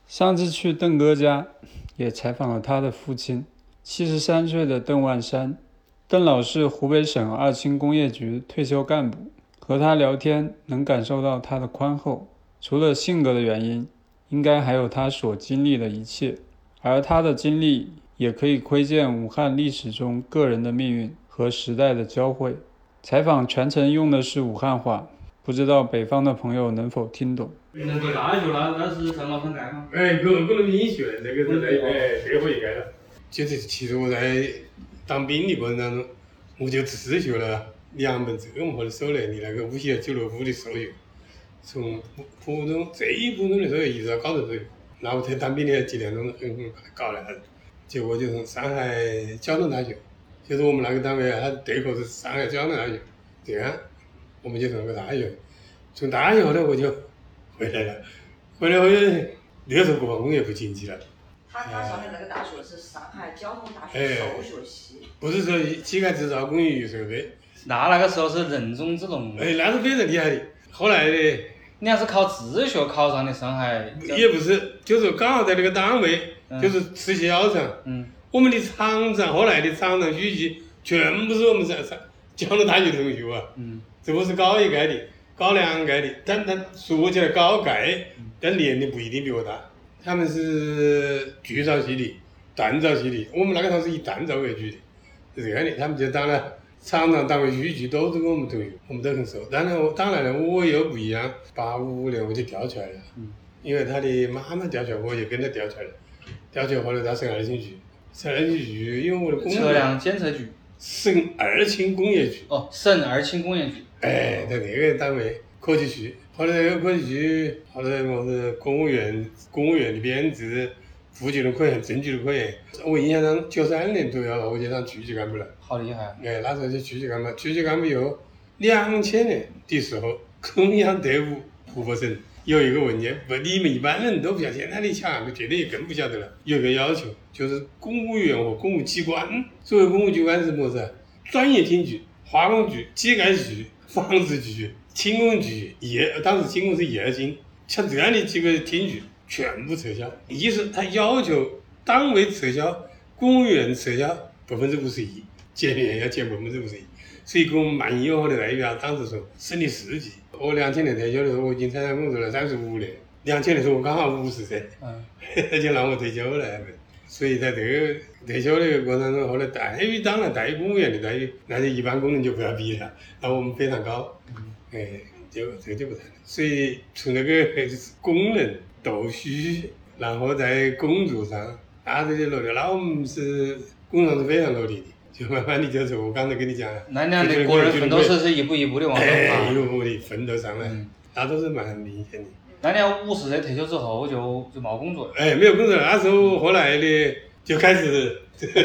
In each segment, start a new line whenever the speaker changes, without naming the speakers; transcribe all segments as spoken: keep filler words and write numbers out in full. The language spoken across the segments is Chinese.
上次去邓哥家，也采访了他的父亲，七十三岁的邓万山。邓老是湖北省二轻工业局退休干部，和他聊天能感受到他的宽厚。除了性格的原因，应该还有他所经历的一切，而他的经历也可以窥见武汉历史中个人的命运和时代的交汇。采访全程用的是武汉话，不知道北方的朋友能否听懂。
能读大学那那是上老分干吗？
哎，可可能明显，那个是那哎，这个可以干了。就是其实我在当兵的过程当中，我就自学了两门这么好的手雷的那个五七九六五的手游，从普通最普通的手游一直到高等手游。那我在当兵的几年中，嗯嗯，搞了，结果就从上海交通大学，就是我们那个单位啊，它对口是上海交通大学，这样我们就从那个大学，从大学后来我就回来了，回来后那个时候国防工业不经济了。
他他上的那个大学是上海交通大学手学系，
哎、不是说机械制造工业与设备。
那那个时候是人中之龙。
哎，那是非常厉害的。后来呢？
你要是靠自学考上的上海？
也不是，就是刚好在那个单位，嗯、就是吃小厂。
嗯。
我们的厂长，后来的厂长、书记，全部是我们上上交通大学同学啊。
嗯。
这不是高一届的，高两届的，但但说起来高届，但年龄不一定比我大。他们是锯造系的、锻造系的，我们那个厂是以锻造为主的，是这样的。他们就当了厂长、党委书记，都是跟我们同学，我们都很熟。当然，当然了，我又不一样。八五年我就调出来了，
嗯，
因为他的妈妈调出来，我就跟着调出来了。调出来后来到省二轻局，省二轻局因为我的工作。
车辆检测局。
省二轻工业局。
哦，省二轻工业局。
哎，在那个单位，科技局。后来那个科技局，后来我是公务员，公务员的编制，副局的科员，正局的科员。我印象中九三年左右，我就当局级干部了。
好厉害！
哎，那时候就局级干部，局级干部以后，两千年的时候，中央对湖湖北省有一个文件，不，你们一般人都不晓得，现在的小干部绝对也更不晓得了。有个要求，就是公务员和公务机关，所谓公务机关是什么事？专业厅局、化工局、机械局、纺织局。轻工局也，当时轻工是一二轻，像这样的几个厅局全部撤销，意思他要求单位撤销，公务员撤销百分之五十一，减员要减百分之五十一，所以给我们满意后的代表当时说升的四级。我两千年退休的时候，我已经参加工作了三十五年，两千年时候我刚好五十岁，嗯，就让我退休了。所以在这个退休的过程中，后来待遇当然待遇公务员的待遇，那就一般工人就不要比了，那我们非常高。嗯，哎，就这个就不谈了。所以从那个工人斗须，然后在工作上，那这些落地，那我们是工作上是非常落地的，就慢慢的就是我刚才跟你讲，
那那的个人奋斗史是一步一步的往上爬，
哎，一步步的奋斗上来，嗯、那都是蛮明显的。
那你要五十岁退休之后就就没工作了？
哎，没有工作了，那时候后来的就开始，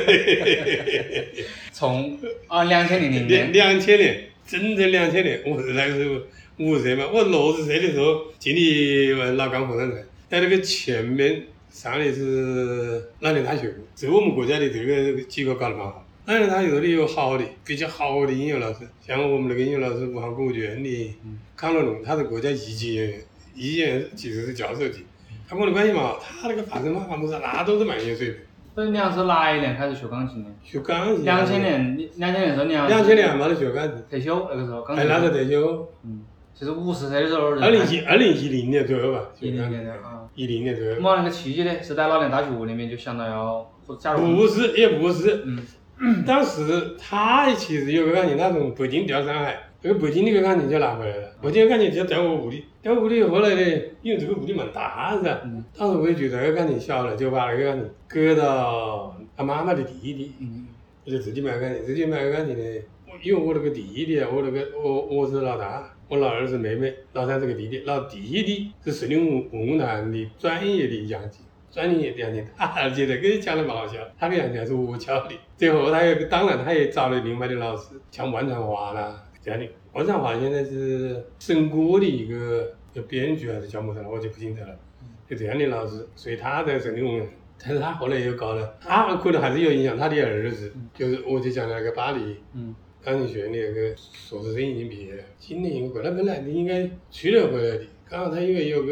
从啊两千零零年，
两千年。整整两千年，我那个时候五十岁嘛，我六十岁的时候进的老钢火山站，在那个前面上的是南联大学部，这我们国家的这个机构搞得蛮好。南联大学里有好的，比较好的音乐老师，像我们那个音乐老师武汉国务院的康乐龙，他是国家一级演员，一级演员其实是教授级，他跟我的关系嘛，他那个发声嘛，法不是那都是蛮有水平。
所以你要是哪一年开始学钢琴的？
学钢琴。
两千年，两千年时候你要。
两千年还没得学钢琴。
退休那个时候，刚。
哎，那时候退休。
嗯。其实五十岁的时候。
二零一二零一零年左右吧。
一零年的啊。
一零年左右。
我那个契机呢，是在老年大学里面就想到要，假如。
不是，也不是。
嗯。
当时他其实有个钢琴，他从北京调上海。这个北京那个钢琴就拿回来了，北京的钢琴就调我屋里，调我屋里后来呢，因为这个屋里蛮大是吧？嗯。当时我也觉得那个钢琴小了，就把那个钢琴搁到他妈妈的弟弟，嗯，我就自己买个钢琴，自己买个钢琴呢，因为我那个弟弟啊，我那个我我是老大，我老二是妹妹，老三是个弟弟，老弟弟是森林文文工团的专业的扬琴。专业的扬琴，他觉得跟你讲的蛮好笑，他的扬琴是我教的，最后他也当然他也找了另外的老师，像万传华啦。这样的，万传华现在是省国的一个编剧还是教么子了，我就不清楚了。就这样的老师，所以他在省里面，但是他后来又搞了，他可能还是有影响他的儿子，就是我就讲那个巴黎，嗯，钢琴学院的那个硕士生已经毕业了，今年应该回来，本来应该去年回来的，刚好他因为有个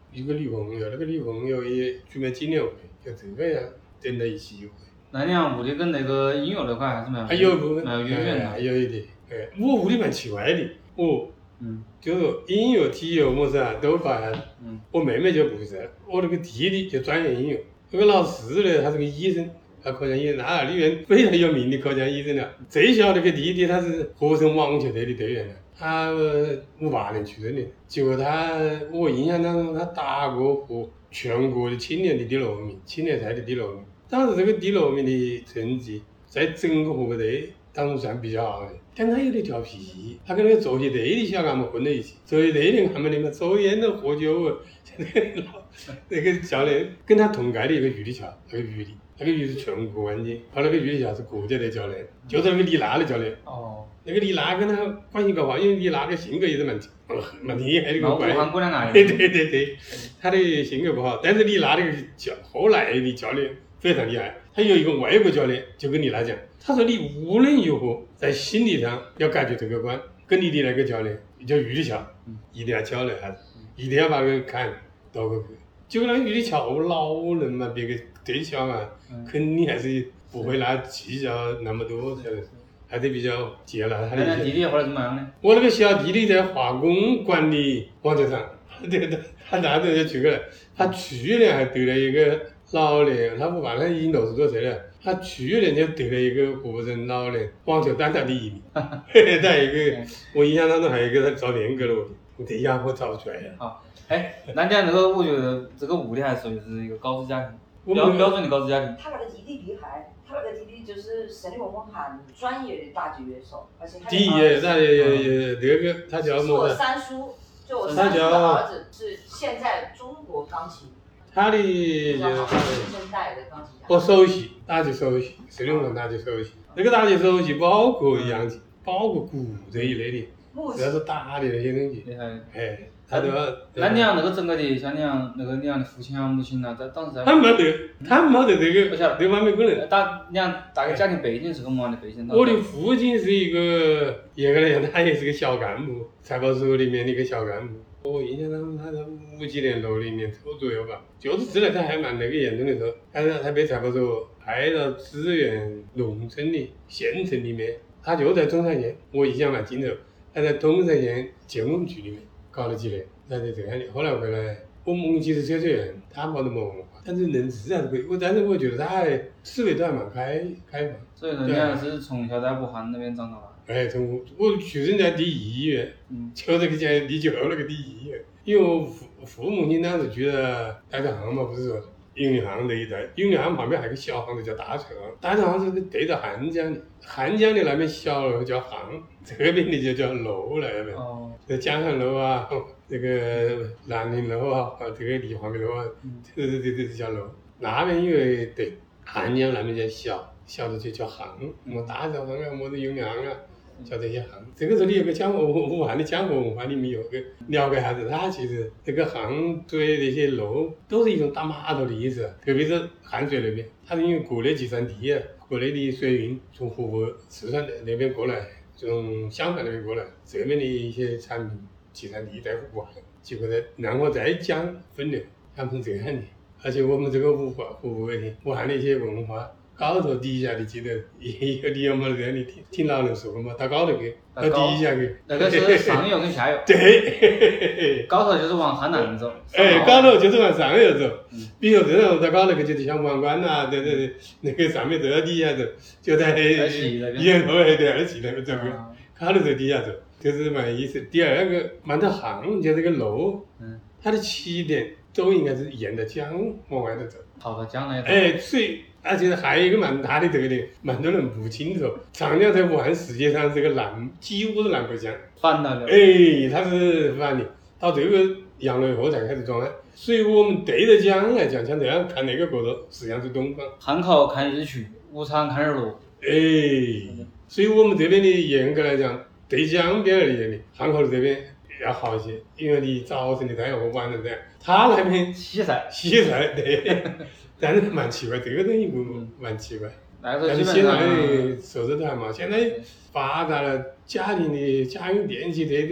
一个女朋友，那个女朋友也举办纪念会，就这个样整了一期会。
那你讲物理跟那个音乐那块还是蛮
还有一部分，
蛮有渊源的。
还有一点，哎，我屋里蛮奇怪的，我
嗯，
就是说音乐、体育么子啊都搞下子。
嗯，
我妹妹就不是，我那个弟弟就专业音乐，那个老四呢，他是个医生。他口腔医生，那里面非常有名的口腔医生了。最小那个弟弟他是合成网球队的队员了，他五八年出生的。结果他，我印象当中他打过和全国的青年的第六名，青年赛的第六名。当时这个第六名的成绩在整个河北队当中算比较好的。但他有点调皮，他跟那个作业队的小伢们混在一起，作业队的伢们里面抽烟都喝酒啊。那个教练跟他同届的一个余立桥，那个余立。那个鱼是全国冠军，他那个余立桥是国家队教练，就是那个李娜的教练。
哦。
那个李娜跟他关系搞好，因为李娜的性格也是蛮蛮厉害的个怪。
武汉姑娘啊。
对对对对，他的性格不好，但是李娜那个教后来的教练非常厉害。他有一个外国教练就跟李娜讲，他说你无论如何在心理上要解决这个关，跟你的那个教练叫余立桥，一定要交流下子，一定要把个坎渡过去。结果那个余立桥老人嘛，别个对象啊，肯定还是不会拿计较那么多，晓得，还得比较接纳他的。
那弟弟后来怎么样呢？
我那个小弟弟在化工管理网球场，对对，他那阵就去过来，他去年还得了一个老年，他不办，他已经六十多岁了，他去年就得了一个河北省老年网球单打第一名。再一个，我印象当中还有一个他照片给了我，这下我找不出来了。
好。哎，那讲那个，我觉得这个物理还属于是一个高知家庭，标标准的高知家庭。
他那个弟弟厉害，他那个弟弟就是省立文工很专业的大级乐手，而且他
第一，那也也也那个他叫什么？
我三叔，就我三叔的儿子是现在中国钢琴，
他的
新生代的钢琴家。
我首席，打击首席，省立文工打击首席。那个打击首席包括氧气，包括鼓这一类的，主要是打的那些东西。
厉害。
哎。他都要。
那你讲那个整个的，像你讲那个你讲的父亲啊、母亲啊，在当时在。
他没得，他没得这个，这方面可能。
大，你讲大概家庭背景是个么样的背景？
我的父亲是一个，严格来讲，他也是个小干部，财报所里面的一个小干部。我印象当中，他在五几年、六零年头左右吧，就是资料他还蛮那个严重的时候，他他被财报所派到支援农村的县城里面，他就在中山县，我印象蛮清楚，他在中山县建工局里面。搞了几年，那就这样的。后来回来，我母亲是车水员，他没得么文化，但是认知还是可以。我但是我觉得他还思维都还蛮开开放。
所以人家是从小在武汉那边长大的。
哎，从我出生在第一医院，嗯，就这个在第九那个第一医院，因为我父父母亲当时住在大桥巷嘛，不是说永利巷那一带，永利巷旁边还有个小巷子叫大桥，大桥巷是对着汉江的，汉江的那边小路叫巷，这边的就叫路了那边。哦。这江汉路啊，这个南宁路啊，这个梨花北路啊，这这这这是叫路。那边因为对汉江那边叫小，小的就叫巷，么大桥上啊，么子永利巷啊。叫这些巷，这个时候你有个江湖武汉的江湖文化，你们有个了解下子，它其实这个巷对那些路都是一种打码头的意思，特别是汉水那边，它是因为国内集散地啊，国内的水运从河北、四川那边过来，从襄樊那边过来，这边的一些产品集散地在武汉，结果在然后再讲分流，他们是这样的，而且我们这个武汉湖北的武汉的一些文化。高头低下，你记得有你有没得这样的听听老人说过嘛？到高头去，到低下去。
那个是上游跟下游。
对。
高头就是往汉南走。
哎，高头就是往上游走。比如这种到高头去，就是像王关呐，对对对，那个上面走到底下走，就在沿河还在二期那边走过，高头走底下走，就是蛮意思。第二个，蛮多巷，就这个路，嗯，它的起点都应该是沿着江往外头走。
跑到江那头。
哎，水。而且还有一个蛮大的特点，蛮多人不清楚。长江在武汉实际上是个南，几乎是南北江。
反了。
哎，它是反的，到这个杨柳河才开始装岸。所以我们对着江来讲，像这样看那个角度，实际上是东方。
汉口看日出，武昌看日落。
哎，所以我们这边的严格来讲，对江边而言的，汉口这边要好一些，因为你早晨的太阳和晚上的太阳，它那边
西晒，
西晒对。但是蛮奇怪，这个东西不蛮奇怪。但是现在受这台嘛，现在发达了，家庭的家用电器这些东西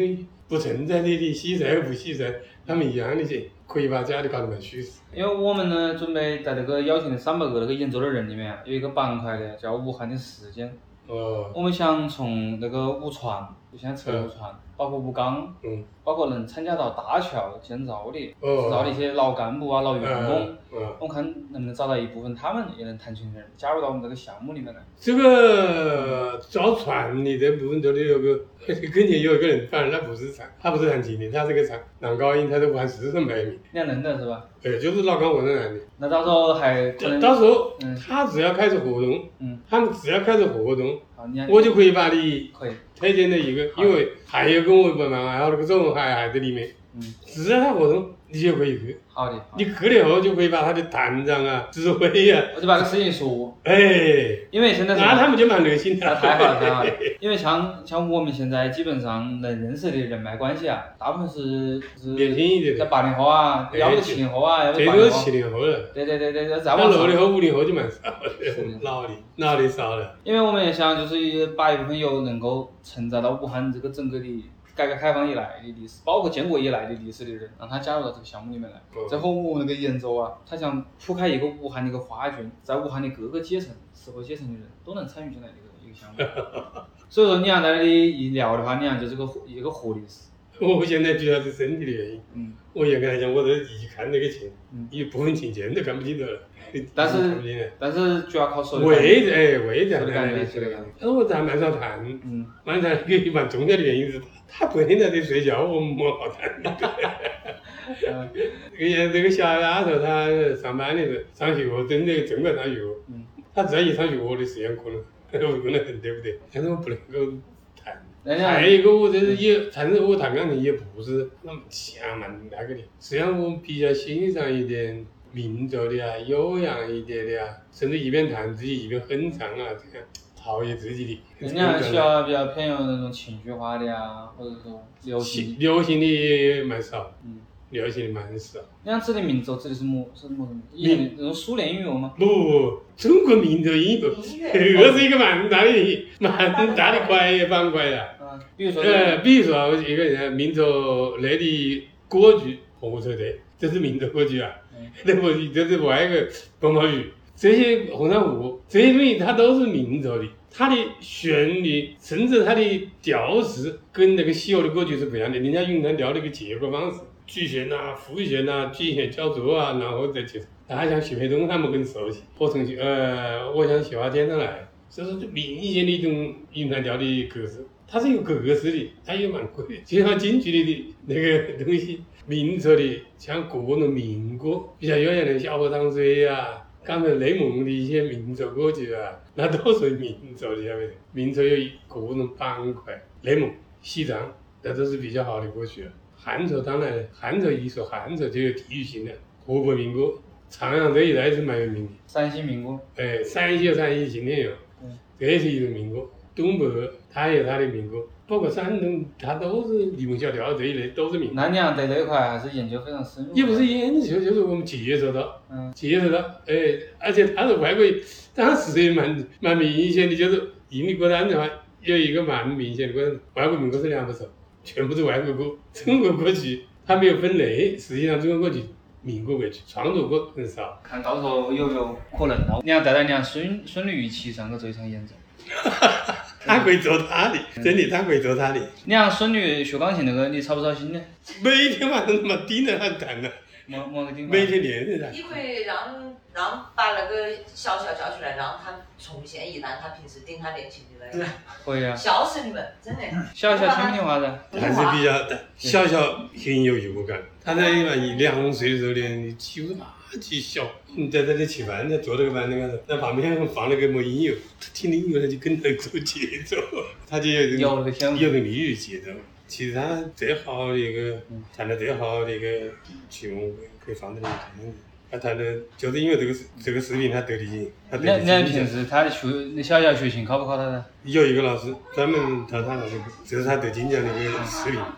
不存在的的洗菜和不洗菜，他们一样的些，可以把家里搞得蛮舒适。
因为我们呢，准备在这个邀请的三百个那个演奏的人里面，有一个板块的叫武汉的时间。
哦，
我们想从那个武船，就现在测武船，包括武钢，
嗯，
包括能参加到大桥建造的、
哦
制造的一些老干部啊、老员工，
嗯嗯，
我看能不能找到一部分他们也能弹琴的人加入到我们这个项目里面来。
这个造船的这部分这里有个，跟前有一个人，反正他不是唱，他不是弹琴的，他是个唱男高音，他在武汉市省排名，
两人的是吧？
对，就是老刚我那男的。
那到时候还可能
到时候
嗯
他只要开始活动，
嗯，
他们只要开始活动，
好，你看
我就可以把你
可以，
推荐的一个，因为还有跟我蛮蛮爱好那个周文海还在里面，
嗯，
只要他活动，你就可以去。
好的，好
你
的
去了以后就可以把他的团长啊、指挥啊，
我就把这个事情说，
哎，
因为现在是
那他们就蛮热心的。
那太好了，太好了。因为像像我们现在基本上能认识的人脉关系啊，大部分是是
年轻一点的，
在八零后啊，
哎
要不七零后啊，要不
最多
八零后。
七零后了。
对对对对，再
那
往上。
六零后、五零后就蛮少的
是，
老的老的少了。
因为我们也想就是把一部分有能够承载到武汉这个整个的改革开放以来的历史，包括建国以来的历史的人，让他加入到这个项目里面来。
嗯
再和我那个演奏啊，他想铺开一个武汉的一个画卷，在武汉的各个阶层、社会阶层的人都能参与进来的一个一个项目。所以说，你要在那里一聊的话，你看就是个一个活历史。
我现在主要是身体的原因。
嗯。
我也跟他讲，我这一看那个琴，
嗯
一部分琴键都看不清楚了。
但是
看不清了
但是主要靠手的感
位
觉。
哎位在
手的感觉，
那里，
手的感觉。
但是我在蛮少弹，
嗯。
蛮弹一个蛮重要的原因是，他白天在这睡觉，我没好弹。
嗯
这个这个小丫头，她上班的时候上学，真的正规上学，
嗯，
她只要一上学，我的时间可能我可能很对不对？但是我不能够弹。
人家
还有一个，我就是也，但是我弹钢琴也不是那么强蛮那个的，实际上我比较欣赏一点民族的啊，悠扬一点的啊，甚至一边弹自己一边哼唱啊，这样陶冶自己的。
人家需要比较偏有那种情绪化的呀，或者说流行。
流行的蛮少，
嗯。
流行的蛮少。
那样指的民族指的是么？是么？以前那种苏联音乐吗？
不不不，中国民族音乐，
音乐
这个是一个蛮大的蛮大的块板块呀。
嗯，比如说。
呃，比如说一个人民族内的歌剧红车队，这是民族歌剧啊。
嗯。
那么这是外一个风毛雨，这些红山舞这些东西它都是民族的，它的旋律甚至它的调式跟那个西欧的歌剧是不一样的，人家咏叹调的一个结构方式。句弦呐、副弦呐、句弦交错啊，然后再去，大家像徐培东他们更熟悉。我从呃，我像雪花天上来，所以说就明显的一种咏叹调的格式，它是有格式的，它也蛮贵的。就像京剧里的那个东西，民族的像各种民歌，比较悠扬的《小河淌水》啊，刚才内蒙的一些民族歌曲啊，那都属于民族的，晓得？民族有各种板块，内蒙、西藏，那都是比较好的歌曲啊。汉族当然，汉族一说汉族就有地域性的，河北民歌，长阳这一带是蛮有名的。
山西民歌。
哎，陕西有陕西今天有，
嗯，
这也是一种民歌。东北它也有它的民歌，包括山东，它都是梨园小调这一类都是民歌。
那你讲对这一块还是研究非常深入。
也不是研究，就是我们接触到，
嗯，
接触到，哎，而且它是外国，当时也蛮蛮明显的，就是印尼歌单的话，有一个蛮明显的歌单，外国民歌是两不熟。全部是外国歌，中国歌曲它没有分类。实际上，中国歌曲民歌为主，创作歌很少。
看到时候有没有可能啊？你要带到你看孙孙俪一起上个这一场演奏。
他可以做他的，真的，他可以做他的。
你看孙俪学钢琴那个，你操不操心呢？
每天晚上他妈盯着他弹呢，
没没个地方。
每天练着他。
你可以让让把那个小小叫出来，让他重现一段他平时盯他练琴的那个。
可以啊。
笑死你们，真的。
小小听不听话噻？
还是比较小小很有幽默感。他在嘛一两岁的时候呢，几乎嘛极小，你在这里吃饭，在坐那个板凳上，那旁边放了个么音乐，他听的音乐他就跟着做节奏，他就有
有那个天赋，
有个力的节奏。其实他最好的一个弹的最好的一个曲目可以放在里面看。他弹的就是因为这个这个视频他得的奖，他得的
奖。那那平时他学那小小学琴考不考他呢？
有一个老师专门教他那个，这是他得金奖的一个视频。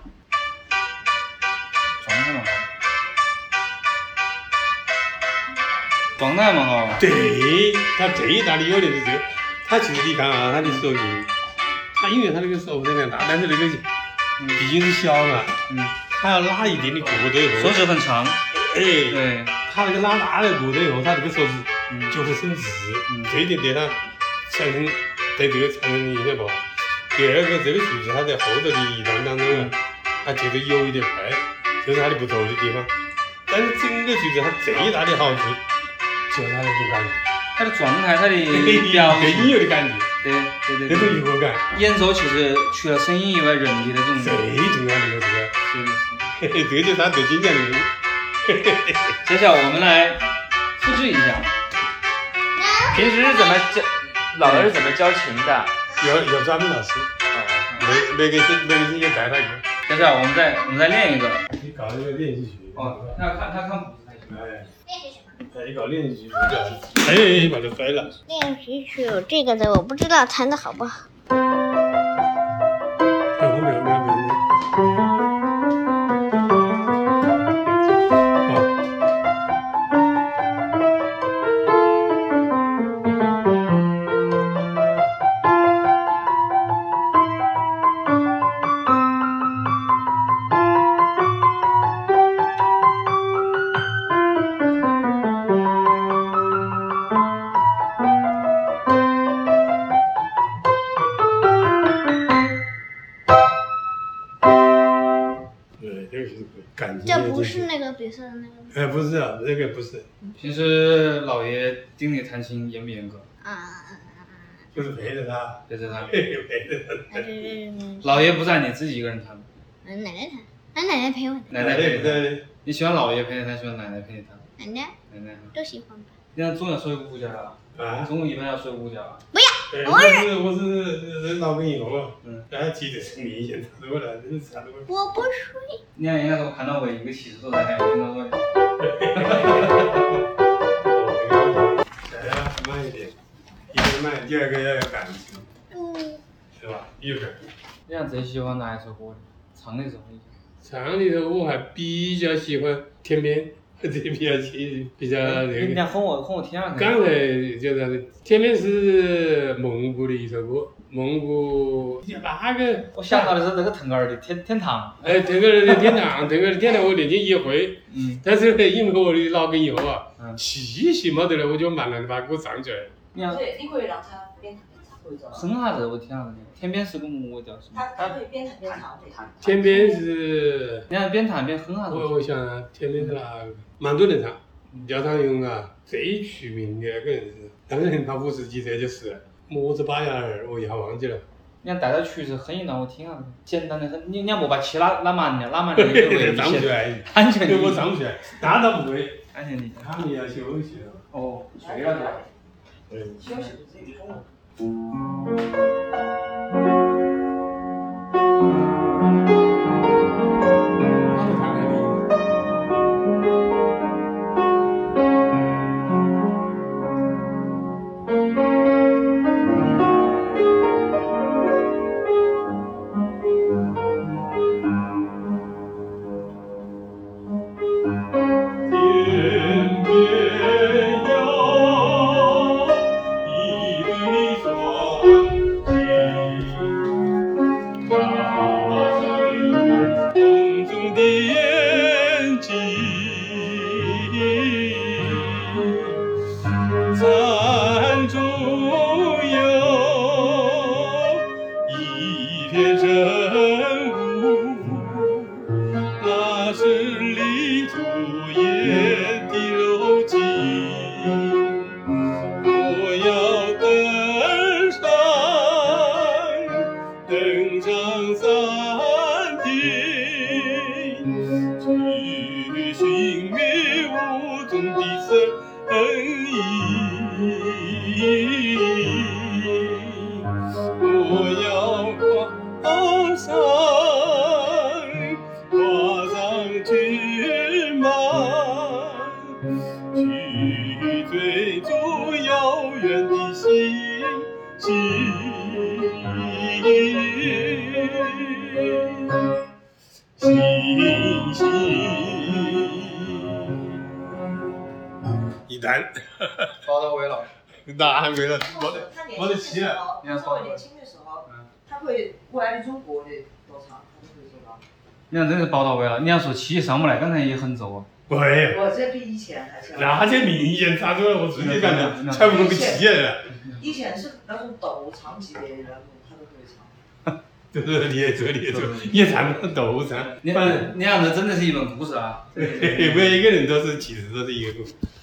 状态蛮好，状态蛮好。
对，他最大的优点是这个，他其实你看啊，他的手型，他因为他那个手非常大，但是那个毕竟是小嘛，
嗯，
他要拉一定的过头以后，
手指很长，
哎，
对，
他那个拉拉的过头以后，他这个手指
嗯
就会生痣，
嗯
这一点对他产生对这个产生影响不好。第二个，这个树枝它在后头的一段当中啊，它节奏有一点快，这是它的不错的地方。但是整个树枝它最大的好处就是它那种感觉，
它的状态，它的表
跟
情，
音乐的感觉，
对对对
那种
对，
愉快感，
演奏其实除了声音以外，人的那种，
最重要的就是这个，
是的是的。
嘿嘿，这个就是它最经典的原因。嘿嘿嘿。
接下来我们来复制一下，平时是怎么教，老师是怎么教琴的？
有有专门老师，
哦，
每每个星每个星期带他一个。
接下来我们再我们再练一个。
你搞一个练习曲。
哦，他要看他看谱子才行。
哎，
练习什么？
哎，你搞练习曲这样。哎，把它摔了。
练习曲有这个的，我不知道弹的好不好。
没有没有没有没有。
这不是那个比赛的那个
哎，不是啊，这个不是，
平时老爷盯你弹琴严不严格？
啊，
就是陪着他，
陪着他。
陪着他。
啊对对对对，
老爷不在，你自己一个人弹吗？
嗯，奶奶弹，让奶奶陪我弹，
奶奶陪你弹。
对，
你喜欢老爷陪你弹，喜欢奶奶陪你弹？
奶奶
奶奶。
都喜欢吧。
你看中午要睡午觉啊？
啊，
中午一般要睡午觉啊？
对，我是我是人老跟以后了，
嗯，
然后提的是明显差多了，真是差多了。
我不睡。
你看，人家说看到我一个七十多在那听到说，
哦，这个要慢一点，一个慢，第二个要有感情，
嗯，
是吧？有感。
你看最喜欢哪一首歌？唱的时候，
唱里头我还比较喜欢《天边》，这比较喜比较那个。
人家哄我哄我天啊！
刚才就是《天边》是蒙古的一首歌，蒙古哪个？
我想到的是那个腾格尔的《天天堂》。
哎，腾格尔的天堂，腾格尔的天堂我那天也会，
嗯，
但是呢，因为我的脑梗以后啊，
嗯
气息没得了，我就慢慢的把歌唱出来。
你看
对，你可以让他边弹边唱，会着。
哼下子，我天啊！天边是个么叫什么？
他他可以边弹边唱，对。
天边是，
你看边弹边哼下子。
我我想啊，天边是哪个？蛮多人唱，廖昌永啊，最出名的那个人是，当然他五十几岁就是了，么子巴牙儿，我一下忘记了。
你看带着曲子哼一段我听下子，简单的很。你你要莫把气拉拉满了，拉满了就会危
唱不出
险。
来，
安全
我
第一。
唱不出来，那倒不会，
安全第一。
他们要休息了。
哦，睡了就。
对。
休息不自己说。一单，
搞到位了。
那还没了，
他
我
他
我的
年轻的时候，
你要
他会年轻的时候，他会《未来的中国》的多唱，他就会说
你看真是包到位了。你要说气上不来，刚才也很皱啊。
喂，
我这比以前还强。
那这明显差多了，我自己感觉差不多个气了。
以前是那种斗唱级别的那种，他都会唱。
这个列这列这也唱不斗唱。
你看，你看，这真的是一门故事啊！
每一个人都是，其实都是一个故事。